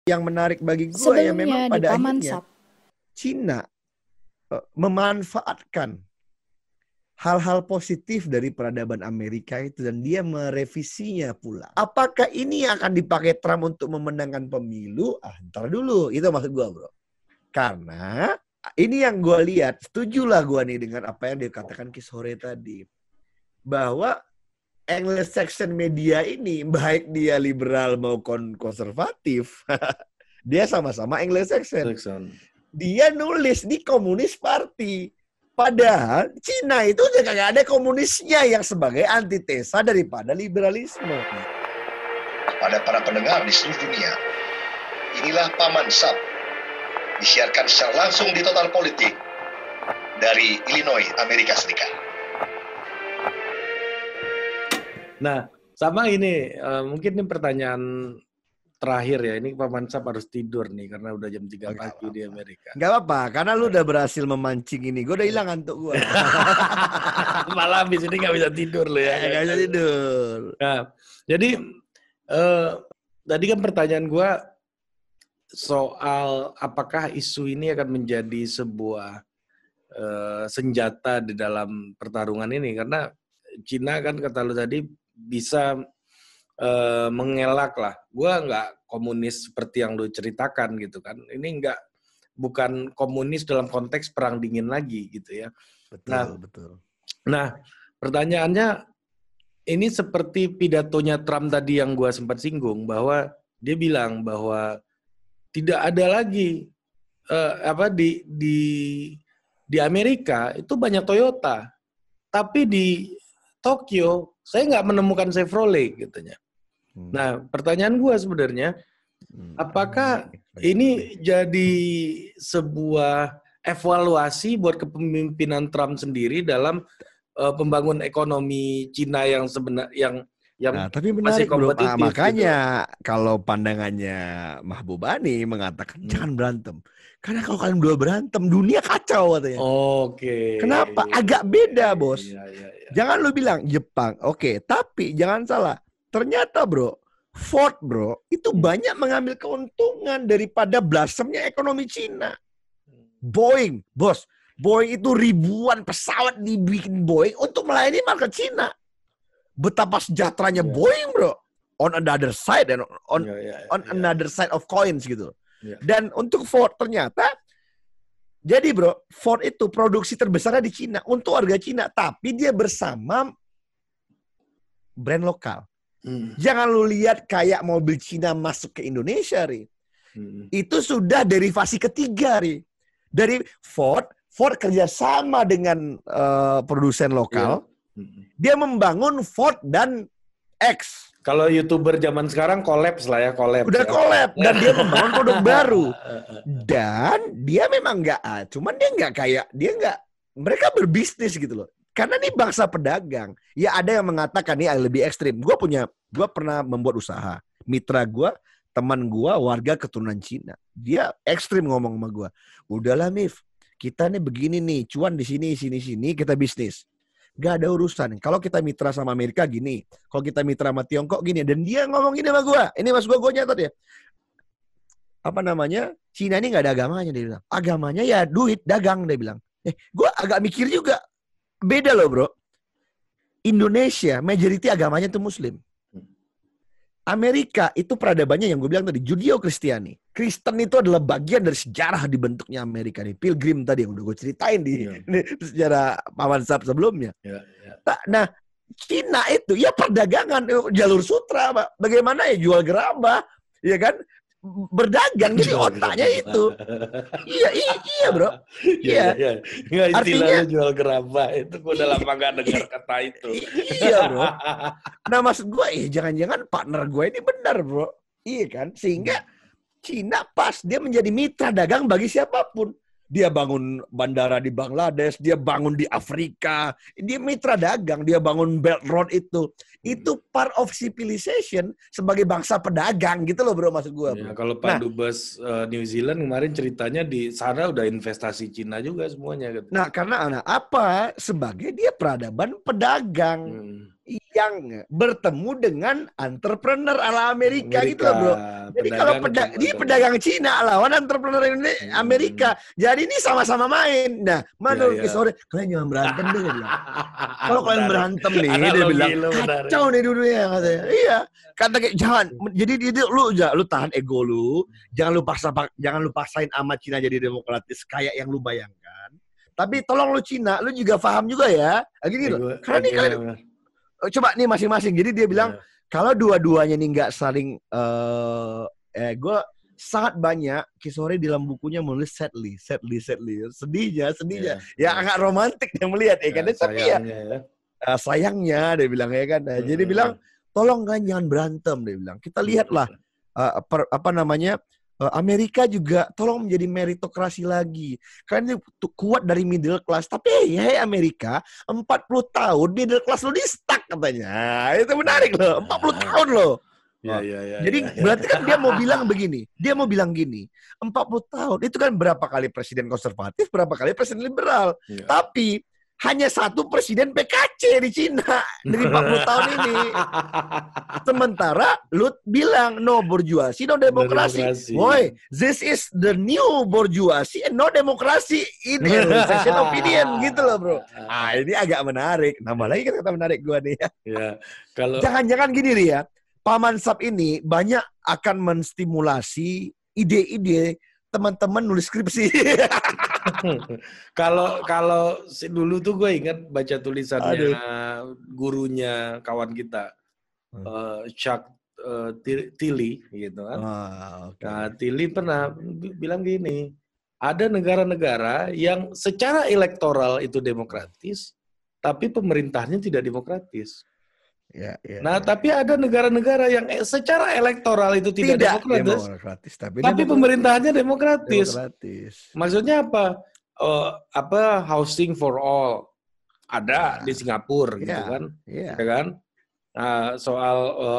Yang menarik bagi gue ya Sebelumnya memang di pada Paman akhirnya Sap. Cina memanfaatkan hal-hal positif dari peradaban Amerika itu dan dia merevisinya pula. Apakah ini yang akan dipakai Trump untuk memenangkan pemilu? Ntar dulu. Itu maksud gue, bro. Karena ini yang gue lihat, setujulah gue nih dengan apa yang dikatakan Ki sore tadi. Bahwa Anglo-Saxon media ini, baik dia liberal maupun konservatif, dia sama-sama Anglo-Saxon. Dia nulis di Komunis Party. Padahal Cina itu juga gak ada komunisnya yang sebagai antitesa daripada liberalisme. Pada para pendengar di seluruh dunia, inilah Paman Sap, disiarkan secara langsung di Total Politik dari Illinois, Amerika Serikat. Nah, sama ini, mungkin ini pertanyaan terakhir ya. Ini Paman Sap harus tidur nih karena udah jam 3 pagi di Amerika. Gak apa-apa, karena lu udah berhasil memancing ini. Gue udah hilang ngantuk gue. Malah habis ini gak bisa tidur lo ya. Gak bisa tidur. Nah, jadi tadi kan pertanyaan gue soal apakah isu ini akan menjadi sebuah senjata di dalam pertarungan ini. Karena Cina kan kata lu tadi bisa mengelak lah. Gue nggak komunis seperti yang lu ceritakan gitu kan. Ini bukan komunis dalam konteks perang dingin lagi gitu ya. Betul. Nah, pertanyaannya ini seperti pidatonya Trump tadi yang gue sempat singgung bahwa dia bilang bahwa tidak ada lagi di Amerika itu banyak Toyota, tapi di Tokyo saya nggak menemukan Chevrolet katanya. Nah, pertanyaan gue sebenarnya, apakah ini jadi sebuah evaluasi buat kepemimpinan Trump sendiri dalam pembangunan ekonomi Cina yang sebenarnya yang tapi masih menarik, bro. kompetitif? Makanya gitu. Kalau pandangannya Mahbubani mengatakan jangan berantem. Karena kalau kalian dua berantem, dunia kacau katanya. Oke. Kenapa? Agak beda, bos. Iya. Jangan lu bilang Jepang. Oke, tapi jangan salah. Ternyata, bro, Ford, bro, itu banyak mengambil keuntungan daripada blasphemnya ekonomi Cina. Boeing, bos. Boeing itu ribuan pesawat dibikin Boeing untuk melayani market Cina. Betapa sejahteranya Boeing, bro. On another side and on another side of coins gitu. Yeah. Dan untuk Ford ternyata, jadi bro, Ford itu produksi terbesarnya di Cina untuk warga Cina, tapi dia bersama brand lokal. Jangan lu lihat kayak mobil Cina masuk ke Indonesia, Ri. Itu sudah derivasi ketiga, Ri. Dari Ford kerjasama dengan produsen lokal. Dia membangun Ford dan X. Kalau YouTuber zaman sekarang kolaps lah ya, Udah collab dan dia membangun produk baru. Dan dia memang cuman mereka berbisnis gitu loh. Karena ini bangsa pedagang. Ya ada yang mengatakan ini lebih ekstrim. Gue pernah membuat usaha. Mitra gue, teman gue, warga keturunan Cina. Dia ekstrim ngomong sama gue. Udahlah Mif, kita nih begini nih, cuan di sini, kita bisnis. Gak ada urusan. Kalau kita mitra sama Amerika gini. Kalau kita mitra sama Tiongkok gini. Dan dia ngomong gini sama gue. Ini mas gue nyatat ya. Apa namanya? Cina ini gak ada agamanya, dia bilang. Agamanya ya duit, dagang, dia bilang. Gue agak mikir juga. Beda loh bro. Indonesia, majority agamanya itu Muslim. Amerika itu peradabannya yang gue bilang tadi, Judeo-Kristiani. Kristen itu adalah bagian dari sejarah dibentuknya Amerika nih. Pilgrim tadi yang udah gue ceritain di sejarah Paman Sap sebelumnya. Nah, Cina itu ya perdagangan, jalur sutra, Pak. Bagaimana ya jual gerabah, ya kan? Berdagang jadi otaknya itu. Iya bro. Iya. Nggak istilahnya jual gerabah itu gue udah lama gak dengar kata itu. Iya bro. Nah maksud gue jangan-jangan partner gue ini benar bro. Iya kan. Sehingga Cina pas dia menjadi mitra dagang bagi siapapun. Dia bangun bandara di Bangladesh, dia bangun di Afrika, dia mitra dagang, dia bangun Belt Road itu. Itu part of civilization sebagai bangsa pedagang gitu loh bro maksud gue. Ya, kalau Pak Dubes New Zealand kemarin ceritanya di sana udah investasi Cina juga semuanya. Gitu. Nah karena apa? Sebagai dia peradaban pedagang. yang bertemu dengan entrepreneur ala Amerika gitu loh, bro. Jadi kalau pedagang Cina lawan entrepreneur Amerika, jadi ini sama-sama main. Nah, menurut Kisore, kalian jangan berantem deh, dia bilang. Kalau kalian berantem nih, dia bilang kacau nih dunia katanya. Iya, kata jangan. Jadi lu tahan ego lu, jangan lu paksain amat Cina jadi demokratis kayak yang lu bayangkan. Tapi tolong lu Cina, lu juga paham juga ya. Gini loh. Karena nih kalian coba nih masing-masing. Jadi dia bilang kalau dua-duanya nih nggak saling gue sangat banyak Kisore di dalam bukunya menulis sadly. Sedihnya. Ya agak romantik dia melihat ya kan. Tapi sayangnya dia bilang ya kan. Jadi bilang tolong kan jangan berantem dia bilang. Kita lihatlah Amerika juga tolong menjadi meritokrasi lagi. Karena ini kuat dari middle class. Tapi hey Amerika, 40 tahun middle class lo di stuck katanya. Itu menarik loh, 40 tahun loh. Jadi berarti kan dia mau bilang begini. Dia mau bilang gini, 40 tahun itu kan berapa kali presiden konservatif, berapa kali presiden liberal. Tapi hanya satu presiden PKC di Cina dari 40 tahun ini. Sementara lu bilang no bourgeoisie, no demokrasi. Boy, this is the new bourgeoisie and no demokrasi in a section opinion gitu loh, bro. Ini agak menarik. Nambah lagi kan kata menarik gua nih. Kalau jangan-jangan gini nih ya. Paman Sap ini banyak akan menstimulasi ide-ide teman-teman nulis skripsi. Kalau dulu tuh gue ingat baca tulisannya gurunya kawan kita, Chuck Tilley gitu kan. Nah, Tilley pernah bilang gini, ada negara-negara yang secara elektoral itu demokratis, tapi pemerintahnya tidak demokratis. Tapi ada negara-negara yang secara elektoral itu tidak demokratis, tapi pemerintahnya demokratis. Maksudnya apa? Housing for all ada di Singapura gitu kan, ya kan? Soal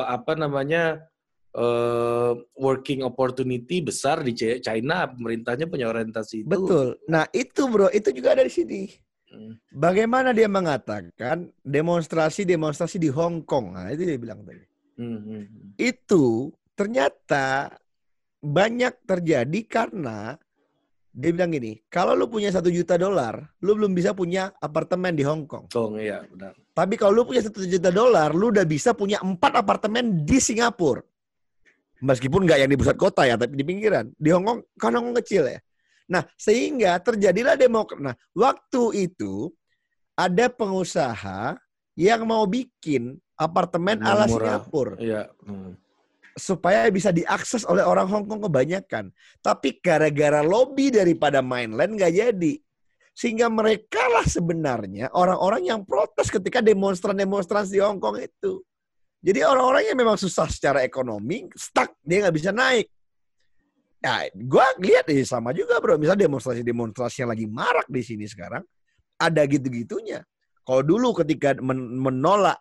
working opportunity besar di China, pemerintahnya punya orientasi itu. Betul. Nah itu bro, itu juga ada di sini. Bagaimana dia mengatakan demonstrasi di Hong Kong? Nah, itu dia bilang tadi. Itu ternyata banyak terjadi karena dia bilang gini, kalau lu punya $1 juta, lu belum bisa punya apartemen di Hong Kong. Iya, benar. Tapi kalau lu punya $1 juta, lu udah bisa punya 4 apartemen di Singapura. Meskipun nggak yang di pusat kota ya, tapi di pinggiran. Di Hong Kong, kan Hong Kong kecil ya. Nah, sehingga terjadilah demokrasi. Nah, waktu itu ada pengusaha yang mau bikin apartemen ala Singapura. Supaya bisa diakses oleh orang Hong Kong kebanyakan. Tapi gara-gara lobby daripada mainland nggak jadi. Sehingga mereka lah sebenarnya orang-orang yang protes ketika demonstran-demonstrasi di Hong Kong itu. Jadi orang-orang yang memang susah secara ekonomi, stuck, dia nggak bisa naik. Ya, gue lihat sama juga bro. Misalnya demonstrasi yang lagi marak di sini sekarang, ada gitu-gitunya. Kalau dulu ketika menolak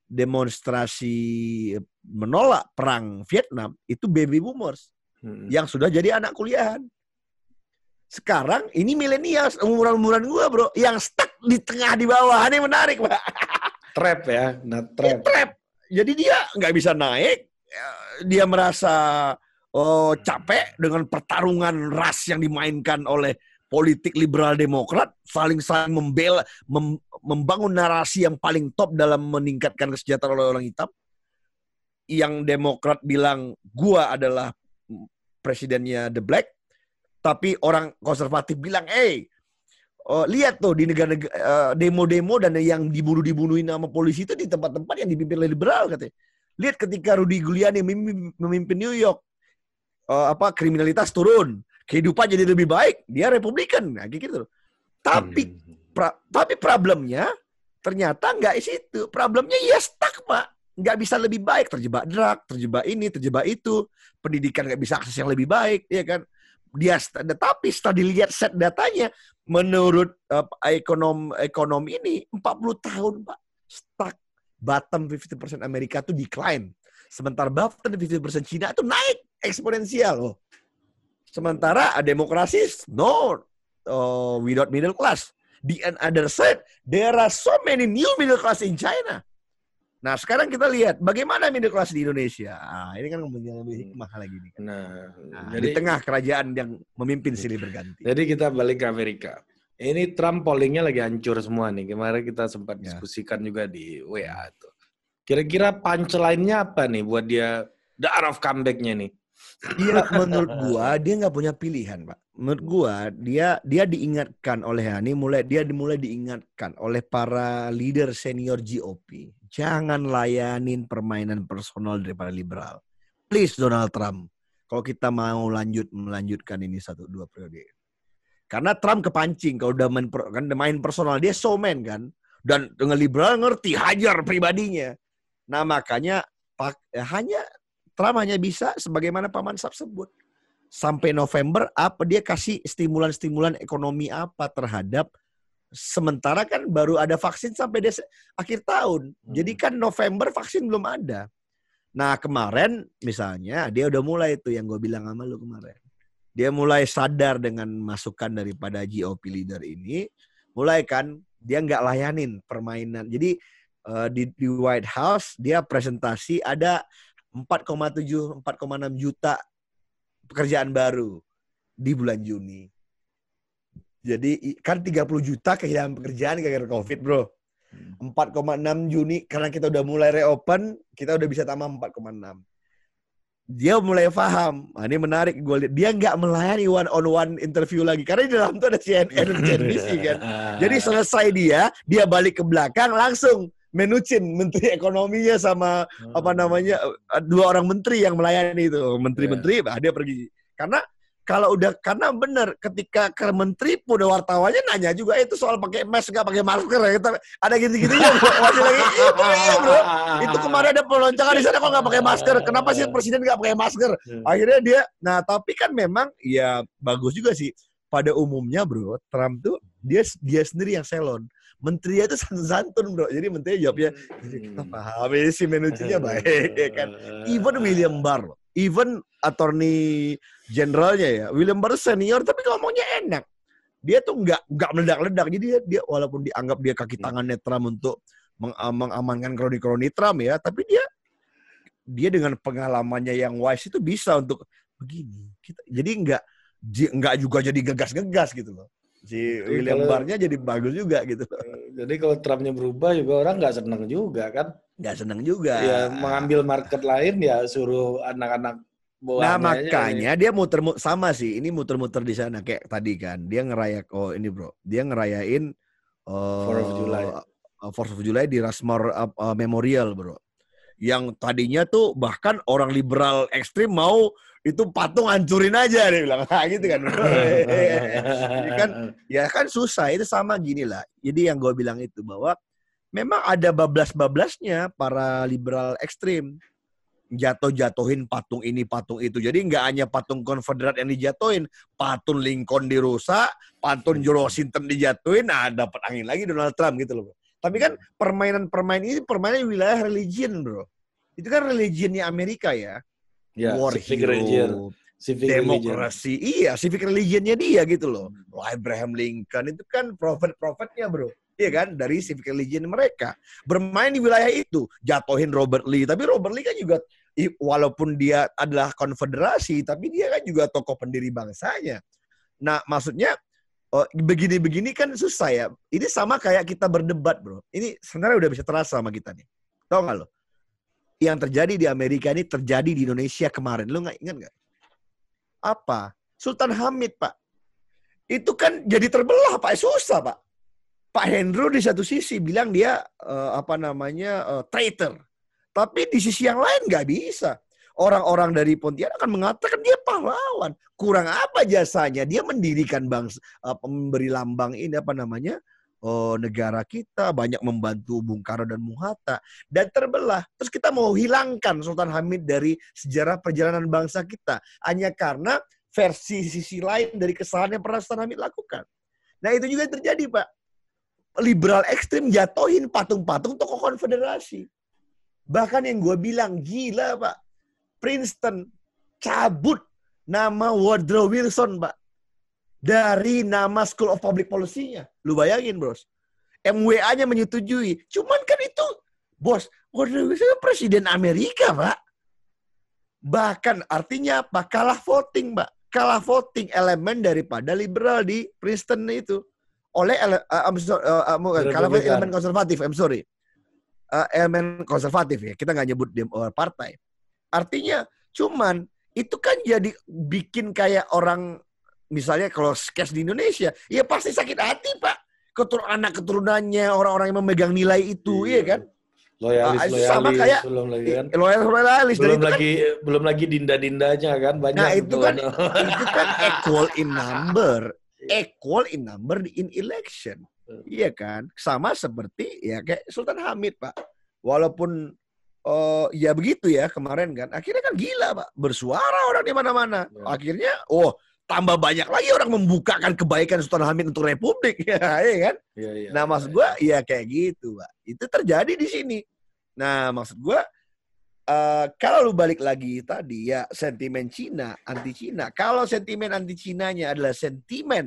perang Vietnam, itu baby boomers yang sudah jadi anak kuliahan. Sekarang ini milenials, umuran-umuran gue bro, yang stuck di tengah di bawah. Ini menarik pak. Trap ya, trap. Jadi dia nggak bisa naik, dia merasa capek dengan pertarungan ras yang dimainkan oleh politik liberal demokrat, saling membela, membangun narasi yang paling top dalam meningkatkan kesejahteraan oleh orang hitam. Yang demokrat bilang, gua adalah presidennya the black, tapi orang konservatif bilang, lihat tuh di negara-negara demo-demo dan yang dibunuhin sama polisi itu di tempat-tempat yang dipimpin oleh liberal katanya. Lihat ketika Rudy Giuliani memimpin New York, kriminalitas turun, kehidupan jadi lebih baik, dia Republikan, nah, gitu. Tapi problemnya ternyata nggak situ. Problemnya ya stuck pak, nggak bisa lebih baik, terjebak drug, terjebak ini, terjebak itu, pendidikan nggak bisa akses yang lebih baik, ya kan? Tapi setelah dilihat set datanya, menurut ekonom ini 40 tahun pak stuck, bottom 50% Amerika tuh decline. Sementara bottom 50% Cina itu naik eksponensial loh. Sementara demokrasi without middle class. The other side, there are so many new middle class in China. Nah, sekarang kita lihat bagaimana middle class di Indonesia. Ini kan ngomongin lebih hikmah lagi nih. Nah, Di tengah kerajaan yang memimpin silih berganti. Jadi kita balik ke Amerika. Ini Trump pollingnya lagi hancur semua nih. Kemarin kita sempat diskusikan juga di WA itu. Kira-kira punchline-nya apa nih buat dia the art of comeback-nya nih? Dia menurut gua dia nggak punya pilihan, Pak. Menurut gua dia diingatkan oleh mulai diingatkan oleh para leader senior GOP. Jangan layanin permainan personal daripada liberal. Please Donald Trump. Kalau kita mau melanjutkan ini 1-2 periode. Karena Trump kepancing kalau udah main personal, dia showman kan. Dan dengan liberal ngerti hajar pribadinya. Nah, makanya Trump hanya bisa sebagaimana Pak Mansap sebut. Sampai November apa dia kasih stimulan ekonomi apa terhadap, sementara kan baru ada vaksin sampai akhir tahun. Jadi kan November vaksin belum ada. Nah, kemarin misalnya dia udah mulai itu yang gue bilang sama lu kemarin. Dia mulai sadar dengan masukan daripada GOP leader ini, mulai kan dia nggak layanin permainan. Jadi di White House dia presentasi ada 4,6 juta pekerjaan baru di bulan Juni. Jadi kan 30 juta kehilangan pekerjaan gara-gara COVID, bro. 4,6 Juni karena kita udah mulai reopen, kita udah bisa tambah 4,6. Dia mulai paham. Ini menarik gue lihat. Dia nggak melayani one-on-one interview lagi karena di dalam itu ada CNN dan CNBC kan. Jadi selesai dia balik ke belakang langsung menucin menteri ekonominya sama dua orang menteri yang melayani itu. Menteri-menteri dia pergi. Karena benar ketika ke menteri pun wartawannya nanya juga itu soal pakai mask nggak pakai masker ya. Ada gitu-gitunya masih lagi iya, bro. Itu kemarin ada peloncakan di sana kok nggak pakai masker. Kenapa sih presiden nggak pakai masker? Akhirnya tapi kan memang ya bagus juga sih. Pada umumnya bro, Trump tuh dia sendiri yang selon. Menterinya itu santun bro. Jadi menterinya jawabnya kita paham ini si menucinya baik ya kan. Even William Barr, even attorney generalnya ya, William Barr senior tapi ngomongnya enak. Dia tuh nggak meledak-ledak. Jadi dia walaupun dianggap dia kaki tangannya Trump untuk mengamankan kroni-kroni Trump ya, tapi dia dengan pengalamannya yang wise itu bisa untuk begini. Jadi nggak juga jadi gegas-gegas gitu loh. Si William Barr-nya jadi bagus juga gitu. Jadi kalau Trump-nya berubah juga orang nggak senang juga kan? Nggak senang juga. Ya mengambil market lain ya suruh anak-anak bawahnya. Nah makanya dia muter-muter sama sih. Ini muter-muter di sana kayak tadi kan. Dia ini bro. Dia ngerayain 4th of July di Rushmore Memorial bro. Yang tadinya tuh bahkan orang liberal ekstrim mau itu patung hancurin aja dia bilang gitu kan. kan susah. Itu sama gini lah. Jadi yang gue bilang itu bahwa memang ada bablas-bablasnya para liberal ekstrim. Jatuhin patung ini, patung itu. Jadi nggak hanya patung Konfederat yang dijatuhin, patung Lincoln dirusak, patung George Washington dijatuhin, dapat angin lagi Donald Trump gitu loh. Tapi kan permainan ini permainan wilayah religion bro. Itu kan religionnya Amerika ya. War hero, demokrasi, iya, civic religionnya dia gitu loh. Abraham Lincoln itu kan prophet-prophetnya bro, iya kan, dari civic religion mereka. Bermain di wilayah itu, jatuhin Robert Lee, tapi Robert Lee kan juga, walaupun dia adalah konfederasi, tapi dia kan juga tokoh pendiri bangsanya. Nah, maksudnya begini-begini kan susah ya. Ini sama kayak kita berdebat bro. Ini sebenarnya udah bisa terasa sama kita nih. Tahu nggak lo? Yang terjadi di Amerika ini terjadi di Indonesia kemarin. Lu nggak ingat nggak? Apa? Sultan Hamid, Pak. Itu kan jadi terbelah, Pak. Susah, Pak. Pak Hendro di satu sisi bilang dia traitor. Tapi di sisi yang lain nggak bisa. Orang-orang dari Pontianak akan mengatakan dia pahlawan. Kurang apa jasanya? Dia mendirikan memberi lambang ini negara kita, banyak membantu Bung Karno dan Bung Hatta, dan terbelah. Terus kita mau hilangkan Sultan Hamid dari sejarah perjalanan bangsa kita hanya karena versi sisi lain dari kesalahan yang pernah Sultan Hamid lakukan. Nah itu juga terjadi Pak. Liberal ekstrim jatuhin patung-patung tokoh konfederasi. Bahkan yang gue bilang gila Pak, Princeton cabut nama Woodrow Wilson Pak. Dari nama School of Public Policy-nya. Lu bayangin, bros. MWA-nya menyetujui. Cuman kan itu, bos, Gordon Wilson itu presiden Amerika, Pak. Bahkan artinya apa? Kalah voting, Pak. Kalah voting elemen daripada liberal di Princeton itu. Oleh kalah voting elemen konservatif, elemen konservatif ya. Kita nggak nyebut partai. Artinya cuman itu kan jadi bikin kayak orang, misalnya kalau case di Indonesia, ya pasti sakit hati, Pak. Anak keturunannya, orang-orang yang memegang nilai itu, iya kan? Loyalis, sama kayak belum lagi kan? Loyalis. Belum lagi dinda-dindanya kan banyak. Nah itu kan equal in number in election, iya kan? Sama seperti ya kayak Sultan Hamid, Pak. Walaupun ya begitu ya kemarin kan, akhirnya kan gila, Pak, bersuara orang di mana-mana. Ya. Akhirnya, tambah banyak lagi orang membukakan kebaikan Sultan Hamid untuk Republik, ya kan? Ya, nah maksud gue, ya kayak gitu, Pak. Itu terjadi di sini. Nah maksud gue, kalau lu balik lagi tadi ya sentimen Cina, anti Cina. Kalau sentimen anti Cinanya adalah sentimen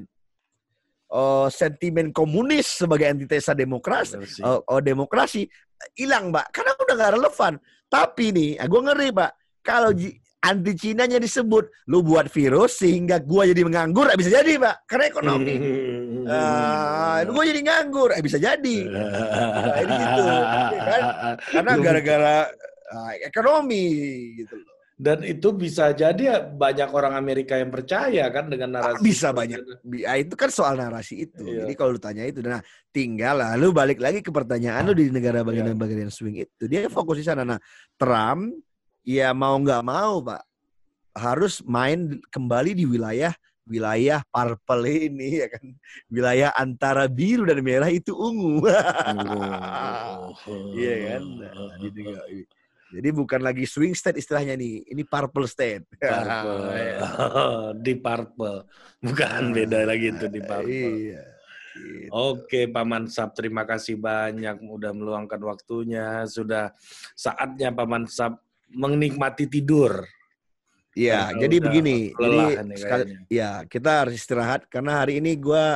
komunis sebagai antitesa demokrasi, hilang, Pak, karena udah nggak relevan. Tapi nih, gue ngeri, Pak, kalau anti Cinanya disebut, lu buat virus sehingga gue jadi menganggur, bisa jadi, Pak, karena ekonomi. Gue jadi nganggur, bisa jadi. Nah, ini gitu, kan? Karena gara-gara ekonomi gitu loh. Dan itu bisa jadi banyak orang Amerika yang percaya kan dengan narasi. Bisa banyak. Itu kan soal narasi itu. Iya. Jadi kalau lu tanya itu, nah tinggal lah lu balik lagi ke pertanyaan lu di negara bagian-bagian swing itu. Dia fokus di sana. Nah, Trump ya mau nggak mau, Pak, harus main kembali di wilayah purple ini, ya kan. Wilayah antara biru dan merah itu ungu. Iya kan? Nah, gitu. Jadi bukan lagi swing state istilahnya nih, ini purple state. Di purple, bukan beda lagi itu di purple. Iya. Gitu. Oke, Pak Mansap, terima kasih banyak udah meluangkan waktunya. Sudah saatnya Pak Mansap menikmati tidur. Iya, jadi begini. Jadi kita harus istirahat karena hari ini gue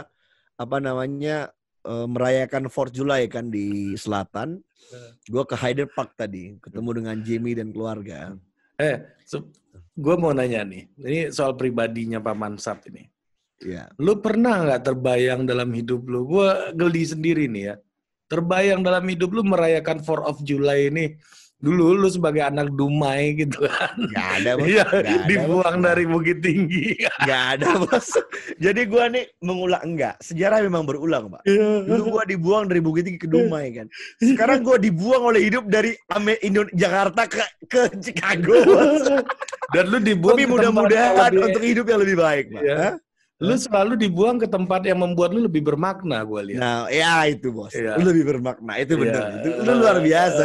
merayakan 4th July kan di selatan. Gue ke Hyde Park tadi, ketemu dengan Jamie dan keluarga. Gue mau nanya nih, ini soal pribadinya Pak Mansap ini. Iya. Lu pernah nggak terbayang dalam hidup lu? Gue geli sendiri nih ya. Terbayang dalam hidup lu merayakan 4th of July ini. Dulu lu sebagai anak Dumai gitu kan. Gak ada, Bos. Iya, dibuang dari Bukit Tinggi. Gak ada, Bos. Jadi gue nih enggak. Sejarah memang berulang, Pak. Dulu gue dibuang dari Bukit Tinggi ke Dumai kan. Sekarang gue dibuang oleh hidup dari Jakarta ke Chicago, Bos. Dan lu dibuang. Tapi mudah-mudahan untuk hidup yang lebih baik, Pak. Iya. Lu selalu dibuang ke tempat yang membuat lu lebih bermakna, gue lihat. Nah, ya itu, Bos. Iya. Lu lebih bermakna, itu benar. Itu luar biasa.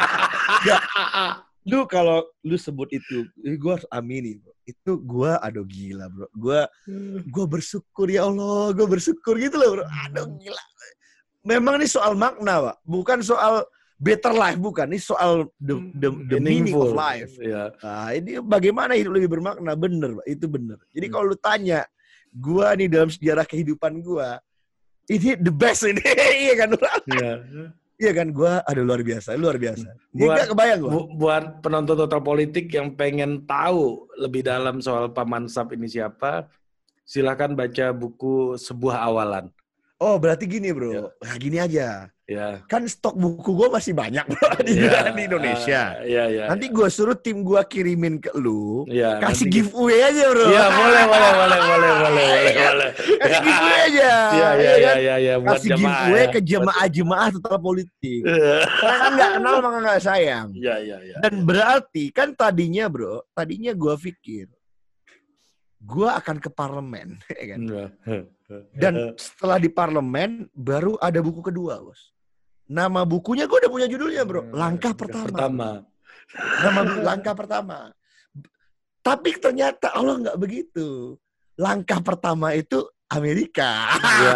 Lu kalau lu sebut itu, gue harus amini, bro. Itu gue, aduh gila, bro. Gue bersyukur, ya Allah, gue bersyukur gitu loh, bro. Aduh gila. Memang ini soal makna, Pak. Bukan soal better life, bukan. Ini soal the meaning of life. Yeah. Nah, ini bagaimana hidup lebih bermakna, bener, Pak. Itu bener. Jadi kalau lu tanya, gue nih dalam sejarah kehidupan gue, ini the best ini, iya kan? Iya kan, gue luar biasa. Nggak kebayang gue. Buat penonton Total Politik yang pengen tahu lebih dalam soal Pak Mansap ini siapa, silakan baca buku Sebuah Awalan. Oh, berarti gini, bro. Ya. Nah, gini aja. Ya. Kan stok buku gue masih banyak, bro, di Indonesia. Nanti gue suruh tim gue kirimin ke lu. Ya, kasih giveaway aja, bro. Iya, boleh. Kasih giveaway aja. Iya. Kasih giveaway ke jemaah Total Politik. Karena kan nggak kenal maka nggak sayang. Iya. Dan berarti kan tadinya, bro, gue pikir gue akan ke parlemen, ya kan? Dan setelah di parlemen baru ada buku kedua, Bos. Nama bukunya gue udah punya judulnya, bro. Langkah pertama. Langkah pertama. Tapi ternyata Allah nggak begitu. Langkah pertama itu Amerika. Ya.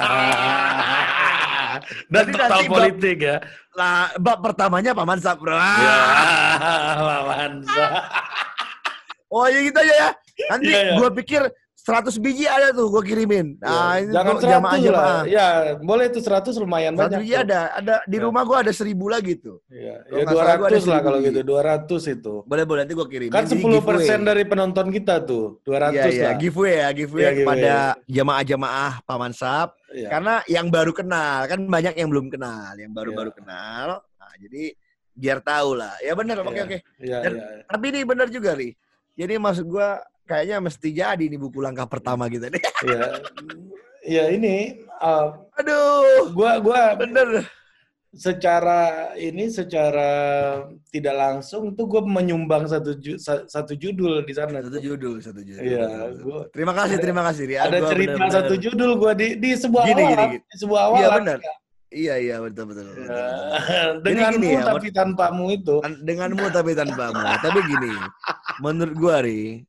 Dan Total Politik ya. Bab pertamanya Pak Mansap, bro. Ya, Pak Mansap. Oh ya gitu aja ya. Nanti Iya, iya. gue pikir 100 biji ada tuh gue kirimin. Nah, ini Jangan tuh 100 lah. Ya, boleh tuh 100 lumayan 100 banyak. biji ada di Ya. rumah gue ada 1000 lagi tuh. Iya, Kalau ya nggak salah gua ada 200 lah 1000 kalau biji. gitu, 200 itu. Boleh nanti gue kirimin. Kan Jadi 10% dari penonton kita tuh, 200 Iya, lah. giveaway Iya, kepada jamaah-jamaah Paman Sap. Iya. Karena yang baru kenal, kan banyak yang belum kenal, yang baru-baru Iya. kenal. Nah, jadi biar tahu lah. Ya benar, oke. Iya, Dan- iya. Tapi ini benar juga, Ri. Jadi maksud gua kayaknya mesti jadi nih buku langkah pertama kita nih. Iya. Ya ini Aduh, gua bener. secara tidak langsung tuh gue menyumbang satu judul di sana. Satu judul. Iya, Terima kasih, Ri. ada Gua cerita bener-bener. satu judul gue di sebuah Gini. di sebuah awal. Iya benar. Iya, betul. Denganmu gini ya, tapi tanpamu itu. Denganmu tapi tanpamu. Tapi gini, menurut gua, Ri,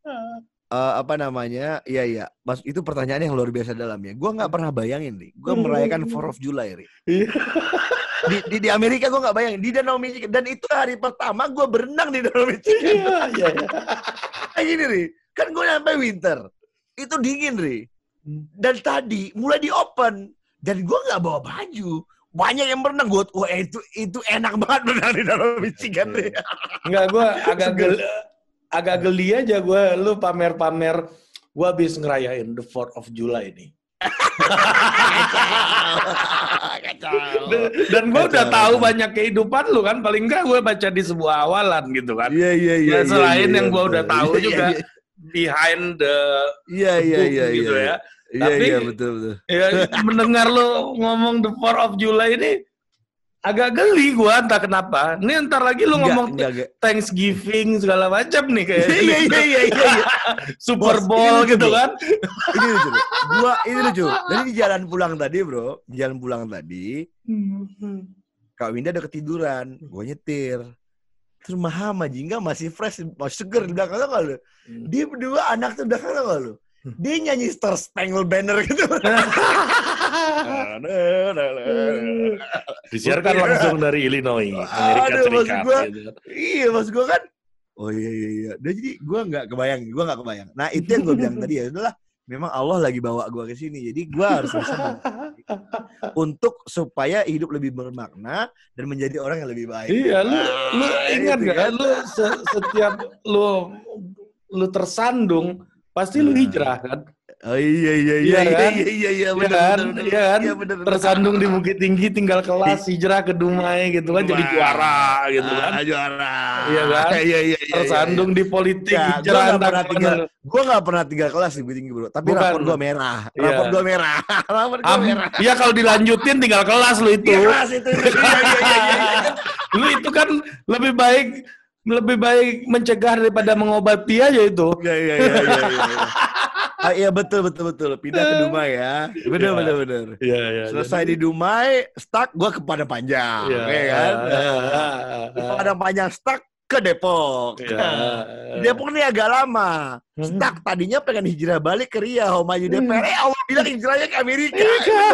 iya, Mas, itu pertanyaan yang luar biasa dalam ya. Gua nggak pernah bayangin, Ri. Gua merayakan 4th of July, Ri. Di Amerika gue nggak bayangin, di Danau Michigan, dan itu hari pertama gue berenang di Danau Michigan. Iya. Kayak gini, Ri, kan gue nyampe winter, itu dingin, Ri, dan tadi mulai di open, dan gue nggak bawa baju, banyak yang berenang, gue, wah itu enak banget berenang di Danau Michigan, Ri. Enggak, gue agak geli aja gue, lu pamer-pamer, gue habis ngerayain the 4th of July nih. Dan gue udah tahu banyak kehidupan lu kan, paling enggak gue baca di sebuah awalan gitu kan. Iya. Selain yang gue udah tahu juga behind the book gitu ya. Tapi betul. ya, mendengar lu ngomong the 4th of July ini agak geli gue, entah kenapa. Ini ntar lagi lu ngomong Thanksgiving segala macam nih kayak. Iya. Super Bowl gitu kan. Ini lucu. Jadi di jalan pulang tadi, bro. Kak Winda udah ketiduran. Gue nyetir. Terus Mahama Jingga masih fresh, masih seger di belakang, tau gak lu? Dia berdua anak tuh belakang, tau gak lu? Dia nyanyi Star Spangled Banner gitu. Disiarkan langsung dari Illinois, Amerika Serikat. Maksud gue kan. Oh iya. Dan jadi gue nggak kebayang. Nah itu yang gue bilang tadi ya, udahlah. Memang Allah lagi bawa gue ke sini, jadi gue harus senang untuk supaya hidup lebih bermakna dan menjadi orang yang lebih baik. Iya, lu ingat nggak? Kan? Lu setiap lu tersandung, pasti lu hijrah kan? Oh iya benar. Tersandung di Bukit Tinggi, tinggal kelas hijrah ke Dumai gitu kan, jadi juara gitu kan. Juara. Iya kan? Iya. Tersandung di politik, hijrah. Gue nggak pernah tinggal kelas di Bukit Tinggi, bro. Tapi rapor gue merah. Rapor gue merah. Iya, kalau dilanjutin tinggal kelas lu itu. Kelas itu. Iya. Lu itu kan lebih baik mencegah daripada mengobati aja itu. Iya. Iya betul. Pindah ke Dumai ya. Bener. Iya. Selesai di Dumai, stuck gue ke Padang Panjang. Iya kan? Di Padang Panjang stuck ke Depok. Iya. Di Depok nih agak lama. Stuck tadinya pengen hijrah balik ke Riau, maju DPR. Allah bilang hijrahnya ke Amerika.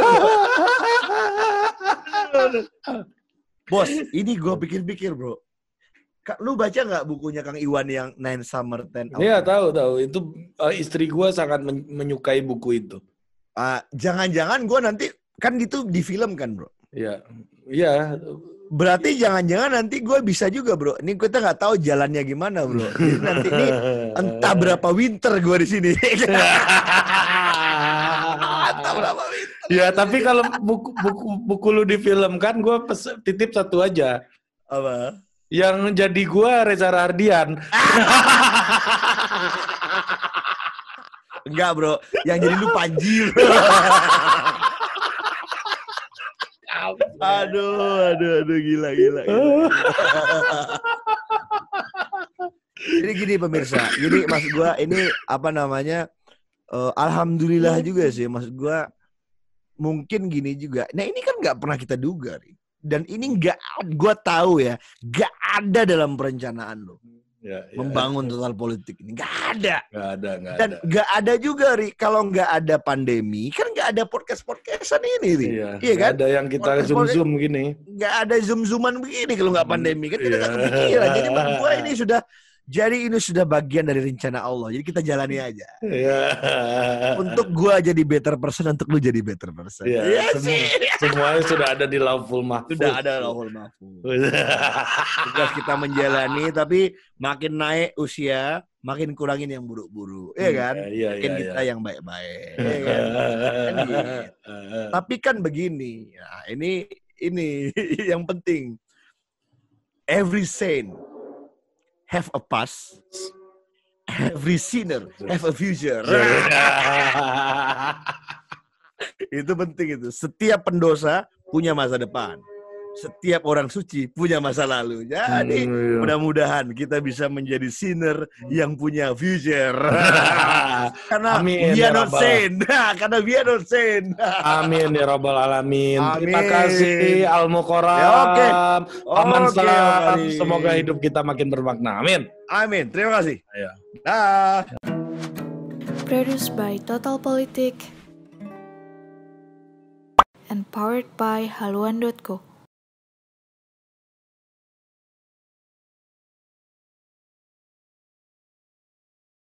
Bos, ini gue pikir-pikir, bro. Lu baca nggak bukunya Kang Iwan yang Nine Summer 10 Autumn? Iya, tahu. Itu istri gue sangat menyukai buku itu. Jangan-jangan gue nanti kan gitu di film kan, bro? Iya. Berarti jangan-jangan nanti gue bisa juga, bro. Ini kita nggak tahu jalannya gimana, bro. Jadi nanti ini entah berapa winter gue di sini. Entah berapa winter. Ya, tapi kalau buku lu difilmkan, gue titip satu aja. Apa? Yang jadi gue Reza Rahardian. Enggak, bro. Yang jadi lu Panji, bro. Aduh, gila. Jadi gini pemirsa, jadi maksud gue ini alhamdulillah juga sih, maksud gue mungkin gini juga. Nah ini kan nggak pernah kita duga, Ri. Dan ini gue tahu ya, nggak ada dalam perencanaan lo. Membangun total politik ini nggak ada. Dan nggak ada juga, Ri. Kalau nggak ada pandemi, kan nggak ada podcastan ini, Ri. Iya kan? Ada yang kita zoom gini. Nggak ada zooman begini kalau nggak pandemi kan kita nggak kepikiran. Jadi menurut gue ini sudah Jadi ini sudah bagian dari rencana Allah. Jadi kita jalani aja. Ya. Untuk gua jadi better person, untuk lu jadi better person. Ya, Iya sih. semuanya sudah ada di Lauhul Mahfuz. Sudah ada Lauhul Mahfuz. Tugas kita menjalani, tapi makin naik usia, makin kurangin yang buruk-buruk. Iya kan? Makin kita yang baik-baik. Iya kan? Gitu. Tapi kan begini. Nah, ini yang penting. Every saint have a past, every sinner have a future. Itu penting itu. Setiap pendosa punya masa depan. Setiap orang suci punya masa lalu. Jadi mudah-mudahan kita bisa menjadi sinner yang punya future. Karena we are not saint. Karena we are not saint. Amin ya rabbal alamin. Terima kasih Al-Mukarram. Ya, oke. Paman Sam. Oke. Semoga hidup kita makin bermakna. Amin. Amin. Terima kasih. Ayo. Dah. Produced by Total Politik and powered by haluan.co.